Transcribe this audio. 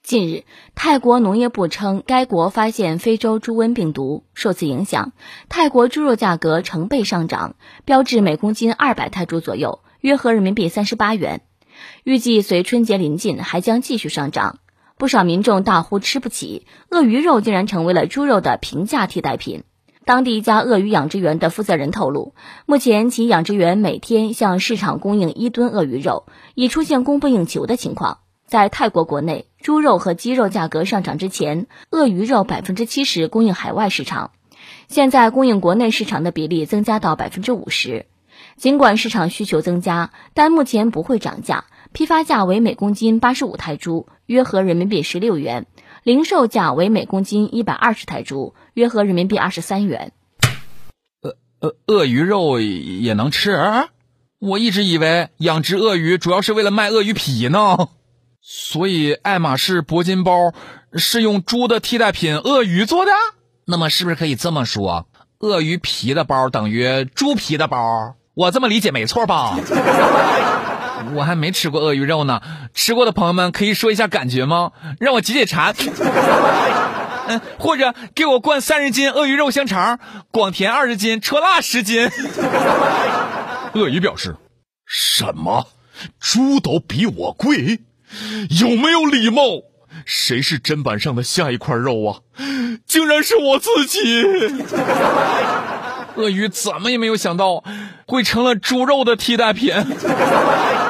近日，泰国农业部称，该国发现非洲猪瘟病毒，受此影响，泰国猪肉价格成倍上涨，标至每公斤200泰铢左右，约合人民币38元。预计随春节临近，还将继续上涨。不少民众大呼吃不起，鳄鱼肉竟然成为了猪肉的平价替代品。当地一家鳄鱼养殖园的负责人透露，目前其养殖园每天向市场供应1吨鳄鱼肉，已出现供不应求的情况。在泰国国内，猪肉和鸡肉价格上涨之前，鳄鱼肉70%供应海外市场，现在供应国内市场的比例增加到50%。尽管市场需求增加，但目前不会涨价，批发价为每公斤85泰铢，约合人民币16元，零售价为每公斤120泰铢，约合人民币23元。 鳄鱼肉也能吃？我一直以为养殖鳄鱼主要是为了卖鳄鱼皮呢。所以爱马仕铂金包是用猪的替代品鳄鱼做的？那么是不是可以这么说，鳄鱼皮的包等于猪皮的包？我这么理解没错吧？我还没吃过鳄鱼肉呢，吃过的朋友们可以说一下感觉吗？让我解解馋。或者给我灌30斤鳄鱼肉香肠，广甜20斤，戳辣10斤。 鳄鱼表示，什么？猪都比我贵？有没有礼貌？谁是砧板上的下一块肉啊？竟然是我自己！ 鳄鱼怎么也没有想到会成了猪肉的替代品。